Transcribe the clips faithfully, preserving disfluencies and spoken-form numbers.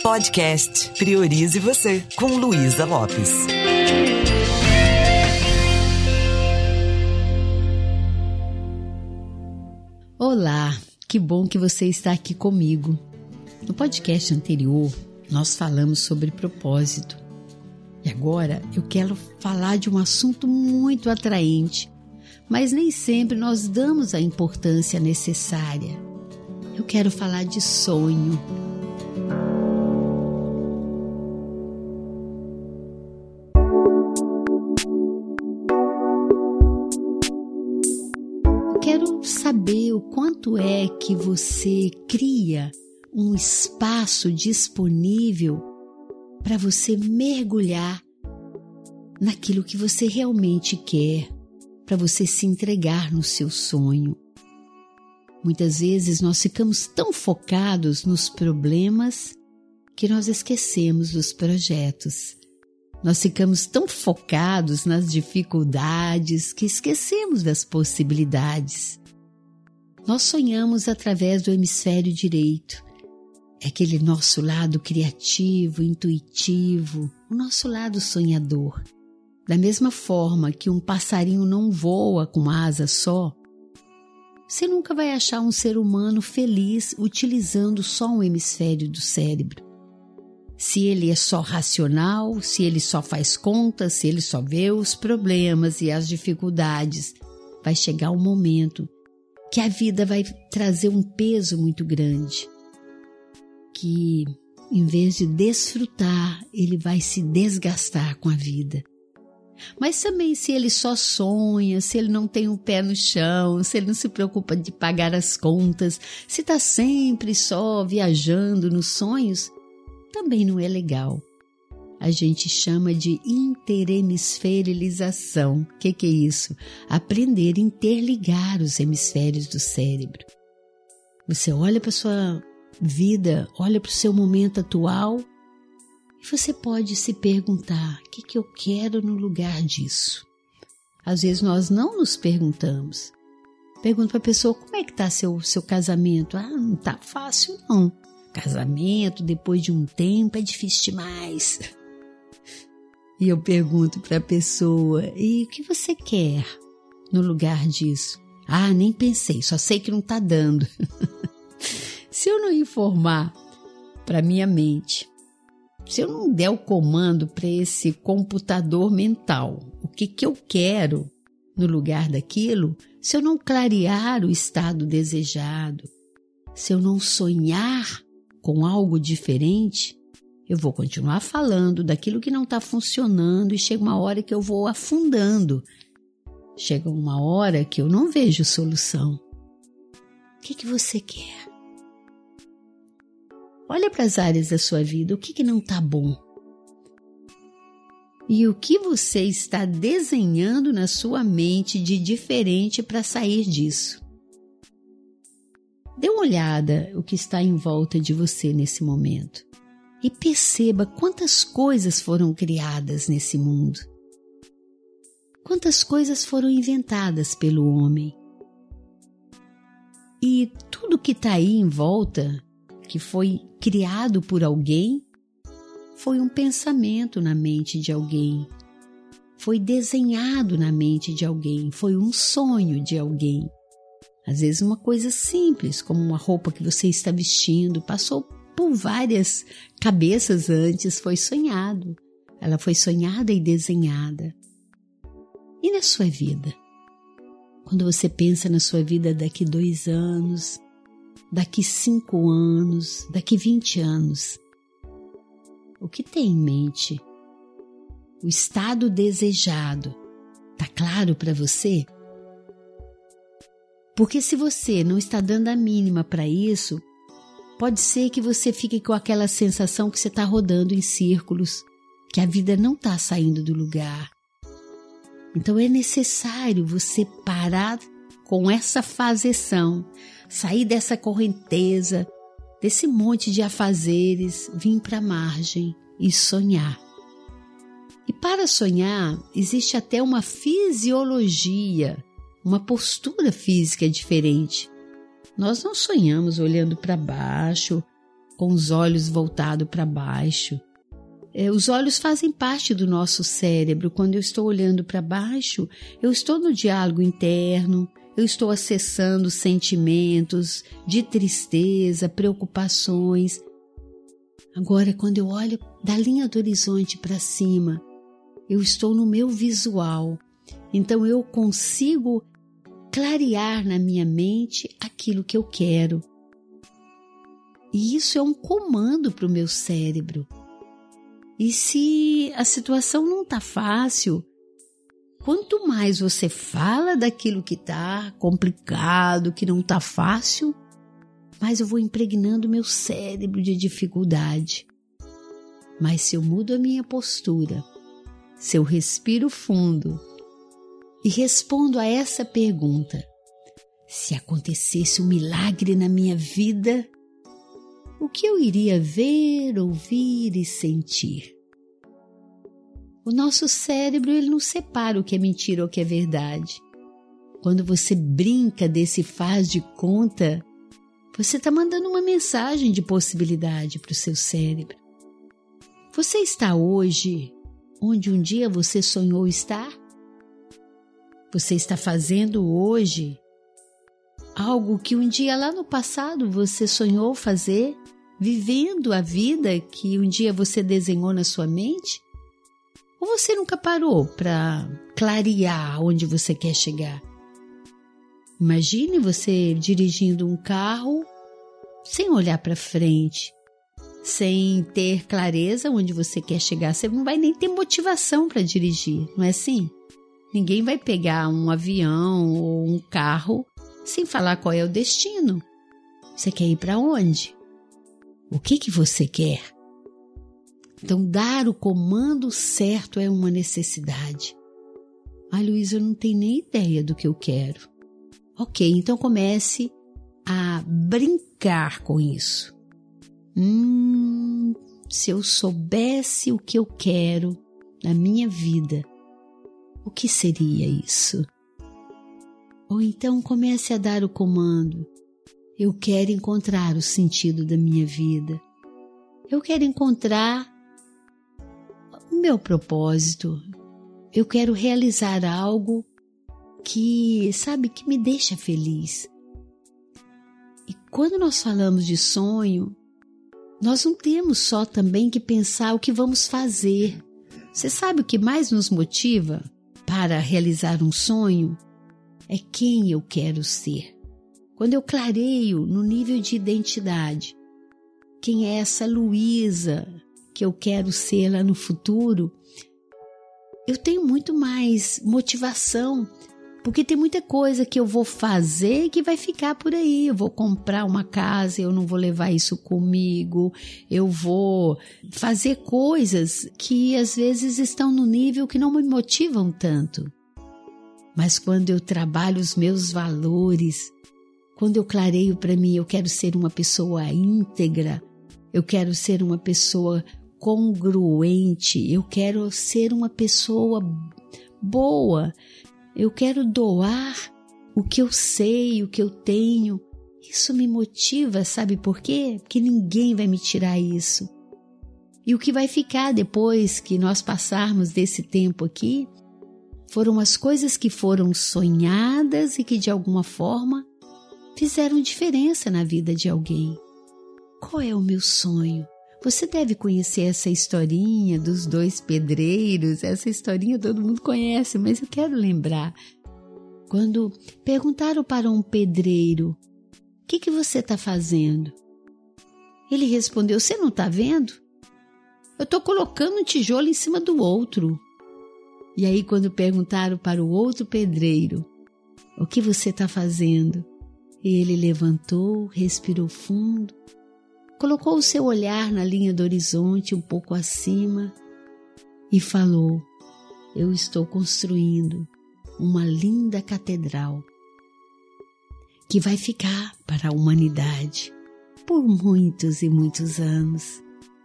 Podcast Priorize Você, com Luísa Lopes. Olá, que bom que você está aqui comigo. No podcast anterior, nós falamos sobre propósito. E agora eu quero falar de um assunto muito atraente, mas nem sempre nós damos a importância necessária. Eu quero falar de sonho. Eu quero saber o quanto é que você cria um espaço disponível para você mergulhar naquilo que você realmente quer, para você se entregar no seu sonho. Muitas vezes nós ficamos tão focados nos problemas que nós esquecemos dos projetos. Nós ficamos tão focados nas dificuldades que esquecemos das possibilidades. Nós sonhamos através do hemisfério direito. É aquele nosso lado criativo, intuitivo, o nosso lado sonhador. Da mesma forma que um passarinho não voa com uma asa só, você nunca vai achar um ser humano feliz utilizando só um hemisfério do cérebro. Se ele é só racional, se ele só faz contas, se ele só vê os problemas e as dificuldades, vai chegar um momento que a vida vai trazer um peso muito grande, que em vez de desfrutar, ele vai se desgastar com a vida. Mas também se ele só sonha, se ele não tem um pé no chão, se ele não se preocupa de pagar as contas, se está sempre só viajando nos sonhos, também não é legal. A gente chama de interhemisferilização. O que, que é isso? Aprender a interligar os hemisférios do cérebro. Você olha para a sua vida, olha para o seu momento atual, e você pode se perguntar, o que, que eu quero no lugar disso? Às vezes nós não nos perguntamos. Pergunta para a pessoa, como é que está seu, seu casamento? Ah, não está fácil não. Casamento, depois de um tempo, é difícil demais. E eu pergunto para a pessoa, e o que você quer no lugar disso? Ah, nem pensei, só sei que não está dando. Se eu não informar para minha mente, se eu não der o comando para esse computador mental, o que, que eu quero no lugar daquilo, se eu não clarear o estado desejado, se eu não sonhar com algo diferente, eu vou continuar falando daquilo que não está funcionando e chega uma hora que eu vou afundando. Chega uma hora que eu não vejo solução. O que, que você quer? Olha para as áreas da sua vida, o que, que não está bom? E o que você está desenhando na sua mente de diferente para sair disso? Dê uma olhada o que está em volta de você nesse momento e perceba quantas coisas foram criadas nesse mundo. Quantas coisas foram inventadas pelo homem. E tudo que está aí em volta, que foi criado por alguém, foi um pensamento na mente de alguém, foi desenhado na mente de alguém, foi um sonho de alguém. Às vezes uma coisa simples, como uma roupa que você está vestindo, passou por várias cabeças antes, foi sonhado. Ela foi sonhada e desenhada. E na sua vida? Quando você pensa na sua vida daqui dois anos, daqui cinco anos, daqui vinte anos, o que tem em mente? O estado desejado, está claro para você? Porque se você não está dando a mínima para isso, pode ser que você fique com aquela sensação que você está rodando em círculos, que a vida não está saindo do lugar. Então é necessário você parar com essa fazeção, sair dessa correnteza, desse monte de afazeres, vir para a margem e sonhar. E para sonhar, existe até uma fisiologia, uma postura física diferente. Nós não sonhamos olhando para baixo, com os olhos voltados para baixo. É, os olhos fazem parte do nosso cérebro. Quando eu estou olhando para baixo, eu estou no diálogo interno, eu estou acessando sentimentos de tristeza, preocupações. Agora, quando eu olho da linha do horizonte para cima, eu estou no meu visual. Então, eu consigo clarear na minha mente aquilo que eu quero. E isso é um comando para o meu cérebro. E se a situação não está fácil, quanto mais você fala daquilo que está complicado, que não está fácil, mais eu vou impregnando meu cérebro de dificuldade. Mas se eu mudo a minha postura, se eu respiro fundo e respondo a essa pergunta, se acontecesse um milagre na minha vida, o que eu iria ver, ouvir e sentir? O nosso cérebro, ele não separa o que é mentira ou o que é verdade. Quando você brinca desse faz de conta, você está mandando uma mensagem de possibilidade para o seu cérebro. Você está hoje onde um dia você sonhou estar? Você está fazendo hoje algo que um dia lá no passado você sonhou fazer, vivendo a vida que um dia você desenhou na sua mente? Ou você nunca parou para clarear onde você quer chegar? Imagine você dirigindo um carro sem olhar para frente, sem ter clareza onde você quer chegar. Você não vai nem ter motivação para dirigir, não é assim? Ninguém vai pegar um avião ou um carro sem falar qual é o destino. Você quer ir para onde? O que que você quer? Então, dar o comando certo é uma necessidade. Ah, Luísa, eu não tenho nem ideia do que eu quero. Ok, então comece a brincar com isso. Hum, se eu soubesse o que eu quero na minha vida, o que seria isso? Ou então comece a dar o comando. Eu quero encontrar o sentido da minha vida. Eu quero encontrar o meu propósito. Eu quero realizar algo que, sabe, que me deixa feliz. E quando nós falamos de sonho, nós não temos só também que pensar o que vamos fazer. Você sabe o que mais nos motiva para realizar um sonho? É quem eu quero ser. Quando eu clareio no nível de identidade, quem é essa Luísa que eu quero ser lá no futuro, eu tenho muito mais motivação, porque tem muita coisa que eu vou fazer que vai ficar por aí. Eu vou comprar uma casa, eu não vou levar isso comigo, eu vou fazer coisas que às vezes estão no nível que não me motivam tanto. Mas quando eu trabalho os meus valores, quando eu clareio para mim, eu quero ser uma pessoa íntegra, eu quero ser uma pessoa congruente, eu quero ser uma pessoa boa, eu quero doar o que eu sei, o que eu tenho. Isso me motiva, sabe por quê? Porque ninguém vai me tirar isso. E o que vai ficar depois que nós passarmos desse tempo aqui foram as coisas que foram sonhadas e que de alguma forma fizeram diferença na vida de alguém. Qual é o meu sonho? Você deve conhecer essa historinha dos dois pedreiros. Essa historinha todo mundo conhece, mas eu quero lembrar. Quando perguntaram para um pedreiro, o que, que você está fazendo? Ele respondeu, você não está vendo? Eu estou colocando um tijolo em cima do outro. E aí quando perguntaram para o outro pedreiro, o que você está fazendo? Ele levantou, respirou fundo, colocou o seu olhar na linha do horizonte um pouco acima e falou, eu estou construindo uma linda catedral que vai ficar para a humanidade por muitos e muitos anos.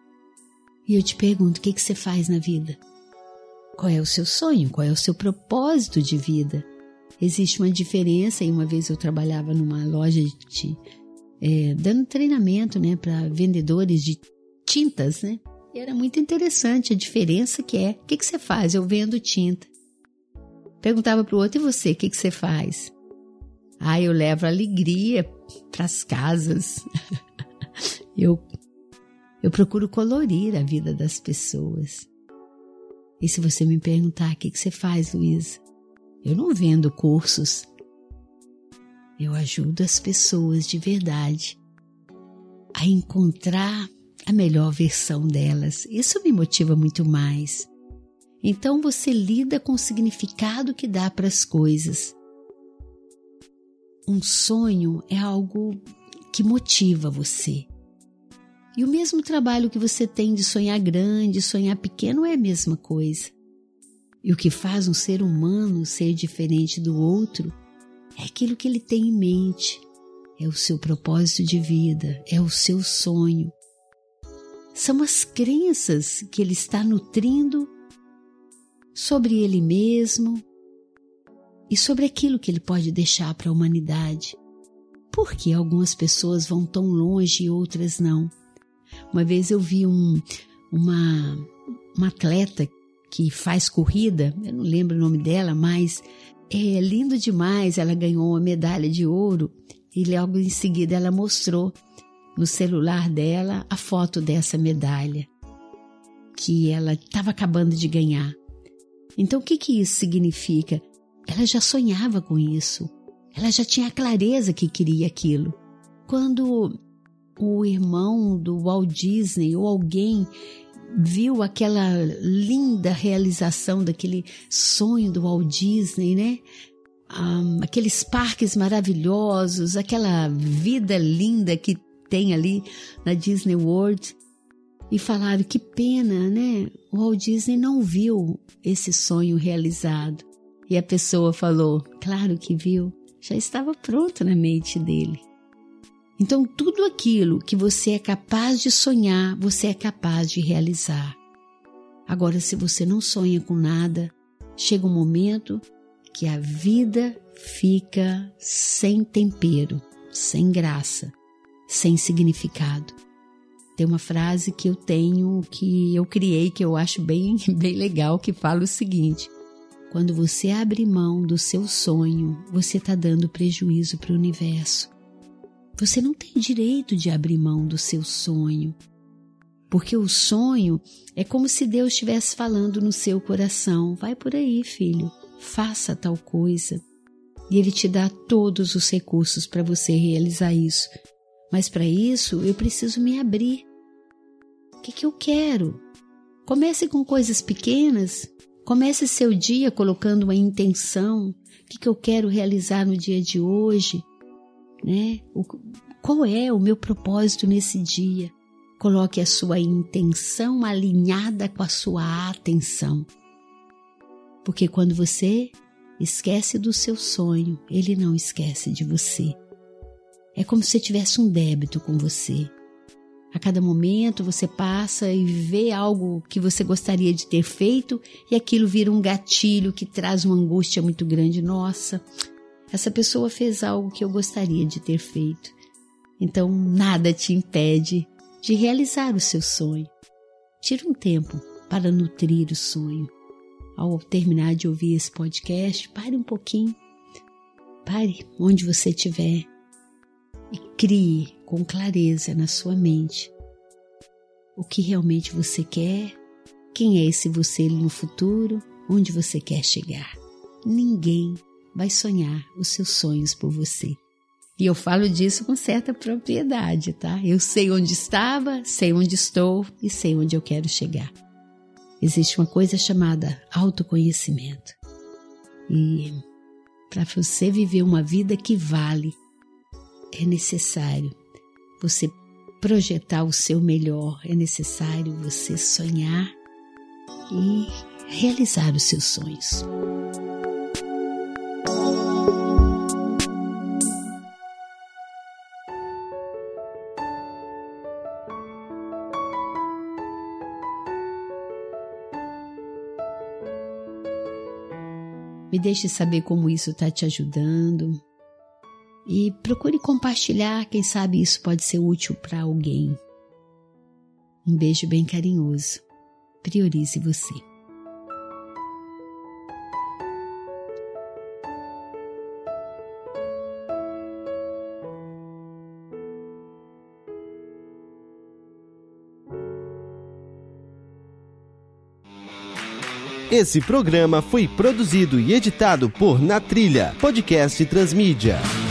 E eu te pergunto, o que, que você faz na vida? Qual é o seu sonho? Qual é o seu propósito de vida? Existe uma diferença, e uma vez eu trabalhava numa loja de é, dando treinamento, né, para vendedores de tintas, né? E era muito interessante a diferença que é. O que, que você faz? Eu vendo tinta. Perguntava para o outro, e você, o que, que você faz? Ah, eu levo alegria para as casas. eu, eu procuro colorir a vida das pessoas. E se você me perguntar, o que, que você faz, Luísa? Eu não vendo cursos. Eu ajudo as pessoas de verdade a encontrar a melhor versão delas. Isso me motiva muito mais. Então você lida com o significado que dá para as coisas. Um sonho é algo que motiva você. E o mesmo trabalho que você tem de sonhar grande, sonhar pequeno é a mesma coisa. E o que faz um ser humano ser diferente do outro é aquilo que ele tem em mente, é o seu propósito de vida, é o seu sonho. São as crenças que ele está nutrindo sobre ele mesmo e sobre aquilo que ele pode deixar para a humanidade. Por que algumas pessoas vão tão longe e outras não? Uma vez eu vi um, uma, uma atleta que faz corrida, eu não lembro o nome dela, mas é lindo demais. Ela ganhou uma medalha de ouro e logo em seguida ela mostrou no celular dela a foto dessa medalha que ela estava acabando de ganhar. Então o que, que isso significa? Ela já sonhava com isso, ela já tinha a clareza que queria aquilo. Quando o irmão do Walt Disney ou alguém viu aquela linda realização daquele sonho do Walt Disney, né? Um, aqueles parques maravilhosos, aquela vida linda que tem ali na Disney World, e falaram que pena, né? O Walt Disney não viu esse sonho realizado. E a pessoa falou, claro que viu, já estava pronto na mente dele. Então tudo aquilo que você é capaz de sonhar, você é capaz de realizar. Agora, se você não sonha com nada, chega um momento que a vida fica sem tempero, sem graça, sem significado. Tem uma frase que eu tenho, que eu criei, que eu acho bem, bem legal, que fala o seguinte: quando você abre mão do seu sonho, você está dando prejuízo para o universo. Você não tem direito de abrir mão do seu sonho, porque o sonho é como se Deus estivesse falando no seu coração: vai por aí, filho, faça tal coisa. E Ele te dá todos os recursos para você realizar isso. Mas para isso eu preciso me abrir. O que, que eu quero? Comece com coisas pequenas. Comece seu dia colocando uma intenção. O que, que eu quero realizar no dia de hoje? Né? O, qual é o meu propósito nesse dia? Coloque a sua intenção alinhada com a sua atenção. Porque quando você esquece do seu sonho, ele não esquece de você. É como se tivesse um débito com você. A cada momento você passa e vê algo que você gostaria de ter feito e aquilo vira um gatilho que traz uma angústia muito grande. Nossa, essa pessoa fez algo que eu gostaria de ter feito. Então nada te impede de realizar o seu sonho. Tire um tempo para nutrir o sonho. Ao terminar de ouvir esse podcast, pare um pouquinho. Pare onde você estiver e crie com clareza na sua mente o que realmente você quer, quem é esse você no futuro, onde você quer chegar. Ninguém vai sonhar os seus sonhos por você. E eu falo disso com certa propriedade, tá? Eu sei onde estava, sei onde estou e sei onde eu quero chegar. Existe uma coisa chamada autoconhecimento. E para você viver uma vida que vale, é necessário você projetar o seu melhor, é necessário você sonhar e realizar os seus sonhos. Me deixe saber como isso está te ajudando. E procure compartilhar, quem sabe isso pode ser útil para alguém. Um beijo bem carinhoso. Priorize você. Esse programa foi produzido e editado por Na Trilha, podcast Transmídia.